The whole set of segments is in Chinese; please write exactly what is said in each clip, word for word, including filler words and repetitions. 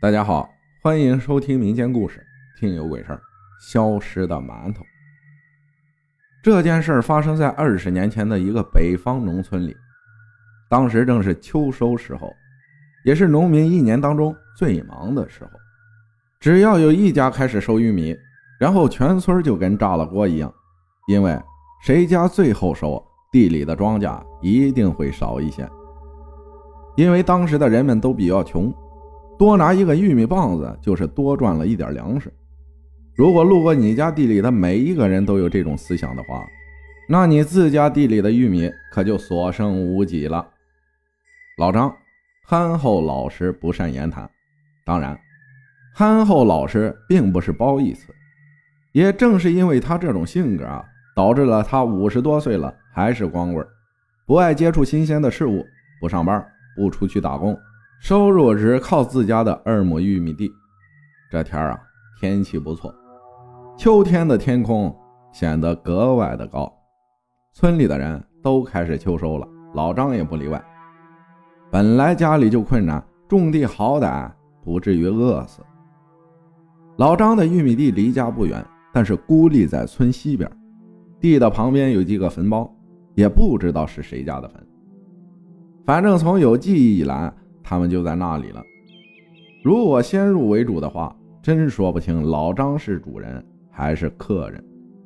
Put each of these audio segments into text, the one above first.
大家好，欢迎收听民间故事，听有鬼事儿。消失的馒头。这件事发生在二十年前的一个北方农村里，当时正是秋收时候，也是农民一年当中最忙的时候。只要有一家开始收玉米，然后全村就跟炸了锅一样，因为谁家最后收，地里的庄稼一定会少一些。因为当时的人们都比较穷，多拿一个玉米棒子就是多赚了一点粮食。如果路过你家地里的每一个人都有这种思想的话，那你自家地里的玉米可就所剩无几了。老张憨厚老实，不善言谈，当然憨厚老实并不是褒义词，也正是因为他这种性格啊，导致了他五十多岁了还是光棍，不爱接触新鲜的事物，不上班，不出去打工，收入只靠自家的二亩玉米地。这天啊，天气不错，秋天的天空显得格外的高，村里的人都开始秋收了，老张也不例外。本来家里就困难，种地好歹不至于饿死。老张的玉米地离家不远，但是孤立在村西边，地的旁边有几个坟包，也不知道是谁家的坟。反正从有记忆以来，他们就在那里了。如果先入为主的话，真说不清老张是主人还是客人。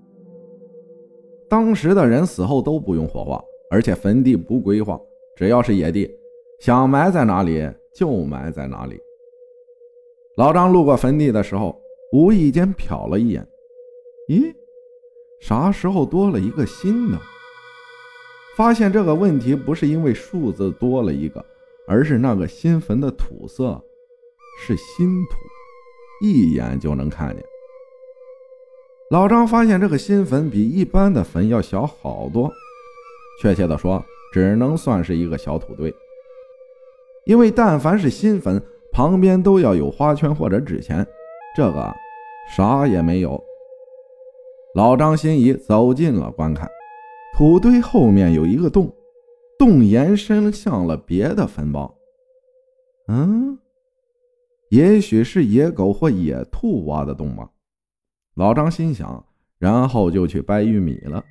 当时的人死后都不用火化，而且坟地不规划，只要是野地，想埋在哪里就埋在哪里。老张路过坟地的时候，无意间瞟了一眼，咦，啥时候多了一个新的？发现这个问题不是因为数字多了一个，而是那个新坟的土色是新土，一眼就能看见。老张发现这个新坟比一般的坟要小好多，确切的说，只能算是一个小土堆。因为但凡是新坟，旁边都要有花圈或者纸钱，这个啥也没有。老张心仪走近了观看，土堆后面有一个洞，洞延伸向了别的坟包。嗯，也许是野狗或野兔挖的洞吧。老张心想，然后就去掰玉米了。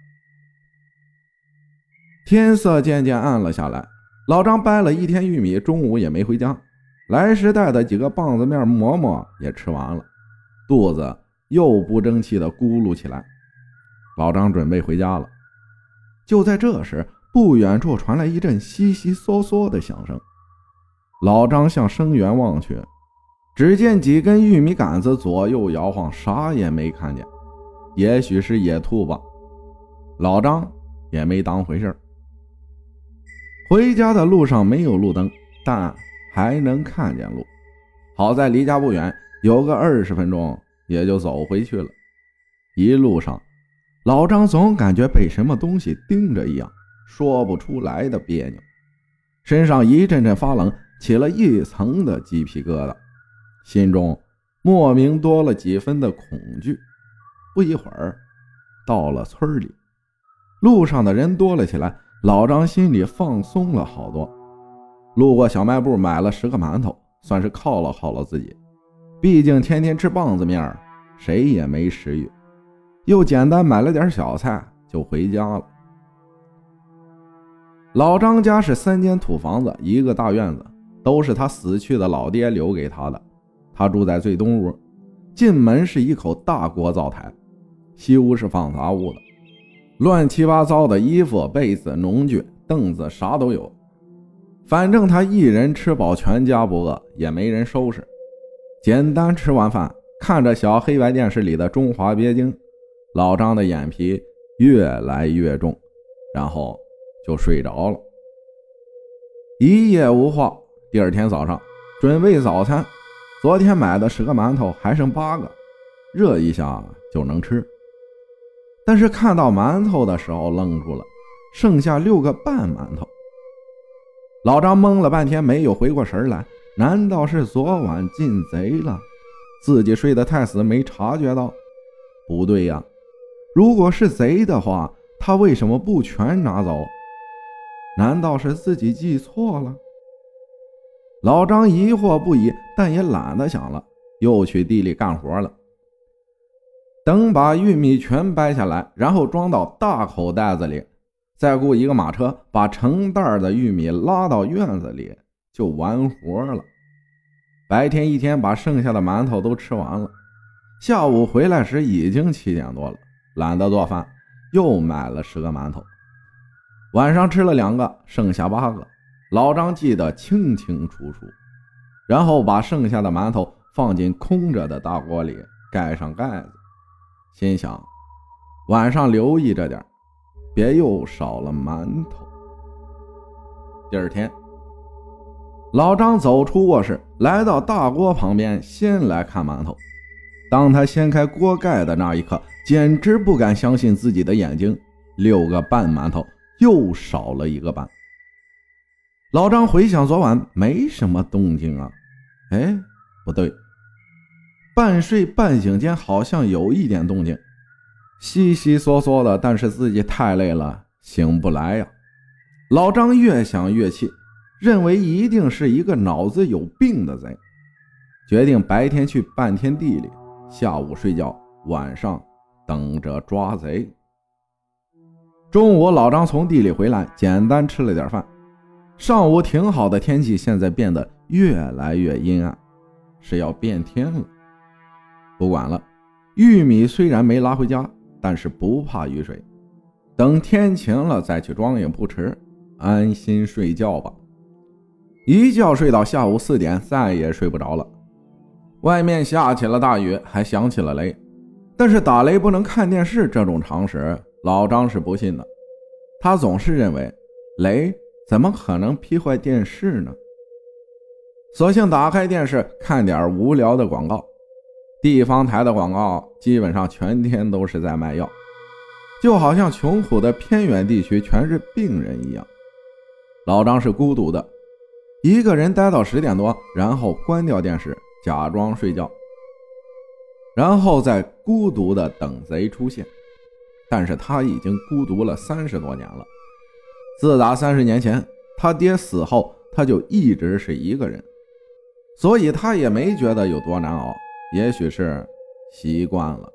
天色渐渐暗了下来，老张掰了一天玉米，中午也没回家，来时带的几个棒子面馍馍也吃完了，肚子又不争气的咕噜起来。老张准备回家了。就在这时，不远处传来一阵悉悉嗦嗦的响声。老张向声源望去，只见几根玉米杆子左右摇晃，啥也没看见。也许是野兔吧，老张也没当回事。回家的路上没有路灯，但还能看见路。好在离家不远，有个二十分钟也就走回去了。一路上老张总感觉被什么东西盯着一样，说不出来的别扭，身上一阵阵发冷，起了一层的鸡皮疙瘩，心中莫名多了几分的恐惧。不一会儿到了村里，路上的人多了起来，老张心里放松了好多。路过小卖部买了十个馒头，算是犒劳犒劳自己，毕竟天天吃棒子面，谁也没食欲。又简单买了点小菜就回家了。老张家是三间土房子，一个大院子，都是他死去的老爹留给他的。他住在最东屋，进门是一口大锅灶台，西屋是放杂物的，乱七八糟的衣服、被子、农具、凳子啥都有。反正他一人吃饱全家不饿，也没人收拾。简单吃完饭，看着小黑白电视里的中华鳖精，老张的眼皮越来越重，然后就睡着了。一夜无话，第二天早上准备早餐，昨天买的十个馒头还剩八个，热一下就能吃。但是看到馒头的时候愣住了，剩下六个半馒头。老张懵了半天没有回过神来，难道是昨晚进贼了？自己睡得太死没察觉到？不对呀，如果是贼的话，他为什么不全拿走？难道是自己记错了？ 老张疑惑不已，但也懒得想了，又去地里干活了。等把玉米全掰下来，然后装到大口袋子里，再雇一个马车把成袋的玉米拉到院子里，就完活了。白天一天把剩下的馒头都吃完了，下午回来时已经七点多了，懒得做饭，又买了十个馒头。晚上吃了两个，剩下八个，老张记得清清楚楚。然后把剩下的馒头放进空着的大锅里，盖上盖子，心想晚上留意着点，别又少了馒头。第二天，老张走出卧室，来到大锅旁边，先来看馒头。当他掀开锅盖的那一刻，简直不敢相信自己的眼睛，六个半馒头又少了一个半。老张回想昨晚没什么动静啊，哎，不对，半睡半醒间好像有一点动静，悉悉嗦嗦的，但是自己太累了，醒不来呀。老张越想越气，认为一定是一个脑子有病的贼，决定白天去半天地里，下午睡觉，晚上等着抓贼。中午老张从地里回来，简单吃了点饭。上午挺好的天气，现在变得越来越阴暗，是要变天了。不管了，玉米虽然没拉回家，但是不怕雨水，等天晴了再去装也不迟，安心睡觉吧。一觉睡到下午四点，再也睡不着了。外面下起了大雨，还响起了雷，但是打雷不能看电视这种常识，老张是不信的。他总是认为雷怎么可能劈坏电视呢？索性打开电视看点无聊的广告。地方台的广告基本上全天都是在卖药，就好像穷苦的偏远地区全是病人一样。老张是孤独的，一个人待到十点多，然后关掉电视，假装睡觉，然后再孤独的等贼出现。但是他已经孤独了三十多年了。自打三十年前他爹死后，他就一直是一个人，所以他也没觉得有多难熬，也许是习惯了。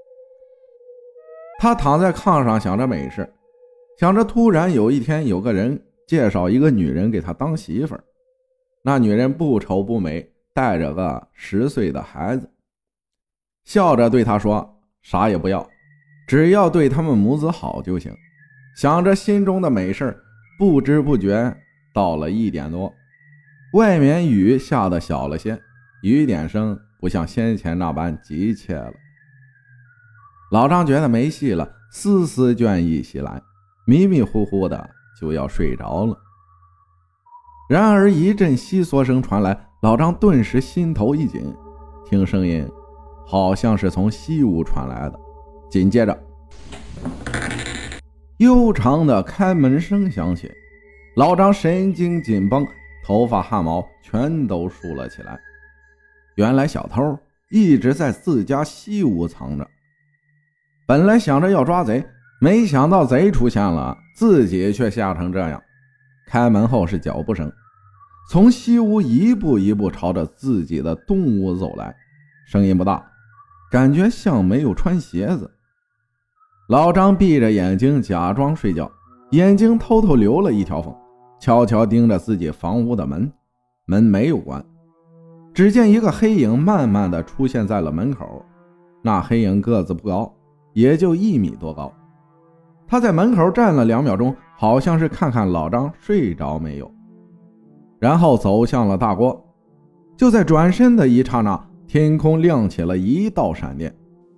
他躺在炕上想着美事，想着突然有一天有个人介绍一个女人给他当媳妇儿。那女人不丑不美，带着个十岁的孩子，笑着对他说啥也不要，只要对他们母子好就行。想着心中的美事，不知不觉到了一点多，外面雨下得小了些，雨点声不像先前那般急切了。老张觉得没戏了，丝丝倦意袭来，迷迷糊糊的就要睡着了。然而一阵窸窣声传来，老张顿时心头一紧，听声音好像是从西屋传来的，紧接着悠长的开门声响起，老张神经紧绷，头发汗毛全都竖了起来。原来小偷一直在自家西屋藏着，本来想着要抓贼，没想到贼出现了，自己却吓成这样。开门后是脚步声，从西屋一步一步朝着自己的东屋走来，声音不大，感觉像没有穿鞋子。老张闭着眼睛假装睡觉，眼睛偷偷留了一条缝，悄悄盯着自己房屋的门，门没有关。只见一个黑影慢慢地出现在了门口，那黑影个子不高，也就一米多高。他在门口站了两秒钟，好像是看看老张睡着没有，然后走向了大锅。就在转身的一刹那，天空亮起了一道闪电。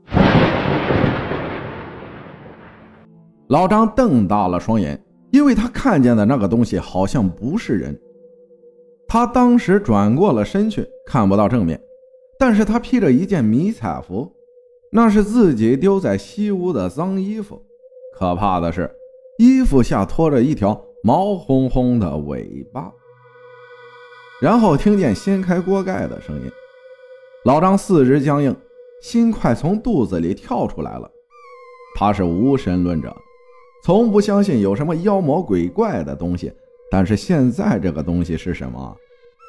老张瞪大了双眼，因为他看见的那个东西好像不是人。他当时转过了身去，看不到正面，但是他披着一件迷彩服，那是自己丢在西屋的脏衣服。可怕的是，衣服下拖着一条毛烘烘的尾巴。然后听见掀开锅盖的声音，老张四肢僵硬，心快从肚子里跳出来了。他是无神论者，从不相信有什么妖魔鬼怪的东西，但是现在这个东西是什么？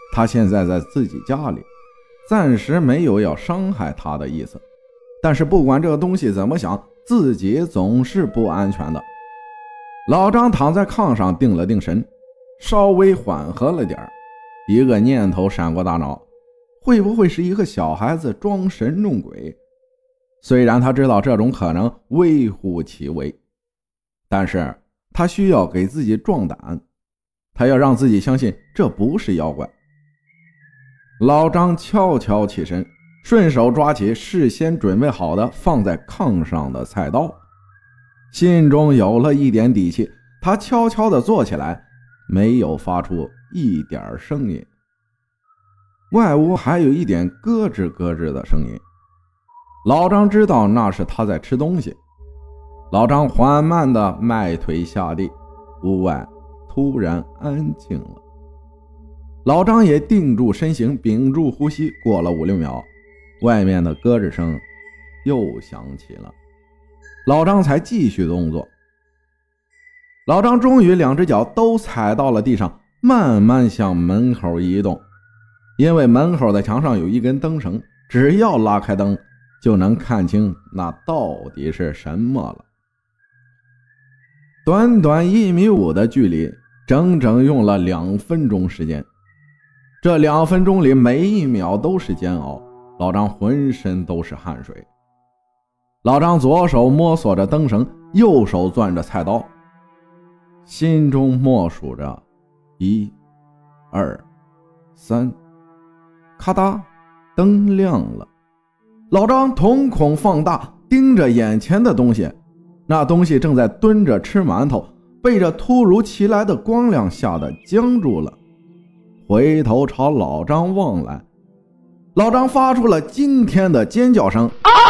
他现在在自己家里，暂时没有要伤害他的意思，但是不管这个东西怎么想，自己总是不安全的。老张躺在炕上定了定神，稍微缓和了点，一个念头闪过大脑，会不会是一个小孩子装神弄鬼？虽然他知道这种可能微乎其微，但是他需要给自己壮胆，他要让自己相信这不是妖怪。老张悄悄起身，顺手抓起事先准备好的放在炕上的菜刀，心中有了一点底气，他悄悄地坐起来，没有发出一点声音。外屋还有一点咯吱咯吱的声音，老张知道那是他在吃东西。老张缓慢地迈腿下地，屋外突然安静了。老张也定住身形，屏住呼吸，过了五六秒，外面的咯吱声又响起了。老张才继续动作。老张终于两只脚都踩到了地上，慢慢向门口移动。因为门口的墙上有一根灯绳，只要拉开灯就能看清那到底是什么了。短短一米五的距离，整整用了两分钟时间。这两分钟里每一秒都是煎熬，老张浑身都是汗水。老张左手摸索着灯绳，右手攥着菜刀，心中默数着一、二、三，咔嗒，灯亮了。老张瞳孔放大，盯着眼前的东西，那东西正在蹲着吃馒头，被这突如其来的光亮吓得僵住了，回头朝老张望来。老张发出了惊天的尖叫声，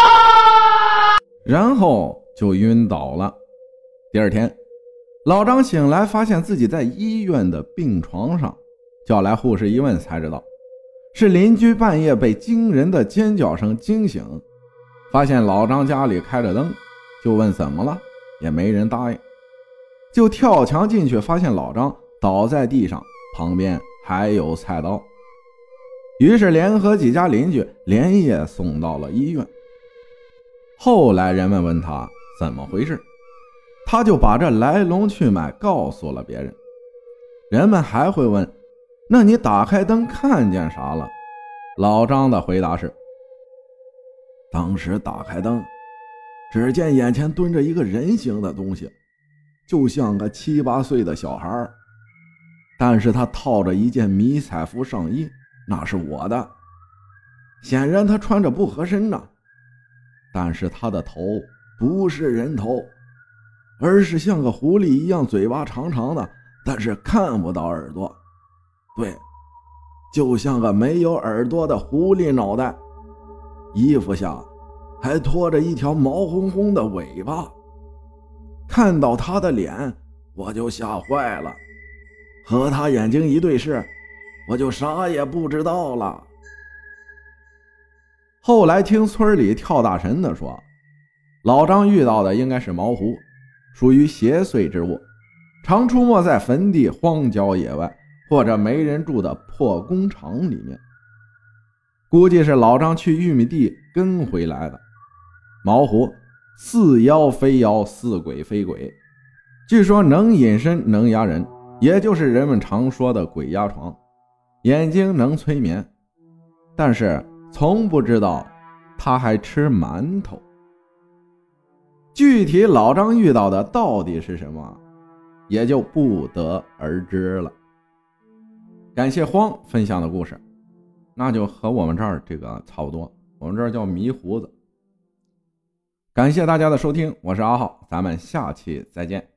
然后就晕倒了。第二天，老张醒来，发现自己在医院的病床上，叫来护士一问才知道，是邻居半夜被惊人的尖叫声惊醒，发现老张家里开着灯，就问怎么了，也没人答应，就跳墙进去，发现老张倒在地上，旁边还有菜刀，于是联合几家邻居连夜送到了医院。后来人们问他怎么回事，他就把这来龙去脉告诉了别人。人们还会问，那你打开灯看见啥了？老张的回答是，当时打开灯，只见眼前蹲着一个人形的东西，就像个七八岁的小孩，但是他套着一件迷彩服上衣，那是我的。显然他穿着不合身呢，但是他的头不是人头，而是像个狐狸一样，嘴巴长长的，但是看不到耳朵，对，就像个没有耳朵的狐狸脑袋，衣服下还拖着一条毛烘烘的尾巴。看到他的脸，我就吓坏了，和他眼睛一对视，我就啥也不知道了。后来听村里跳大神的说，老张遇到的应该是毛狐，属于邪祟之物，常出没在坟地、荒郊野外或者没人住的破工厂里面，估计是老张去玉米地跟回来的。毛狐似妖非妖，似鬼非鬼，据说能隐身，能压人，也就是人们常说的鬼压床，眼睛能催眠，但是从不知道他还吃馒头。具体老张遇到的到底是什么，也就不得而知了。感谢荒分享的故事，那就和我们这儿这个差不多，我们这儿叫迷胡子。感谢大家的收听，我是阿浩，咱们下期再见。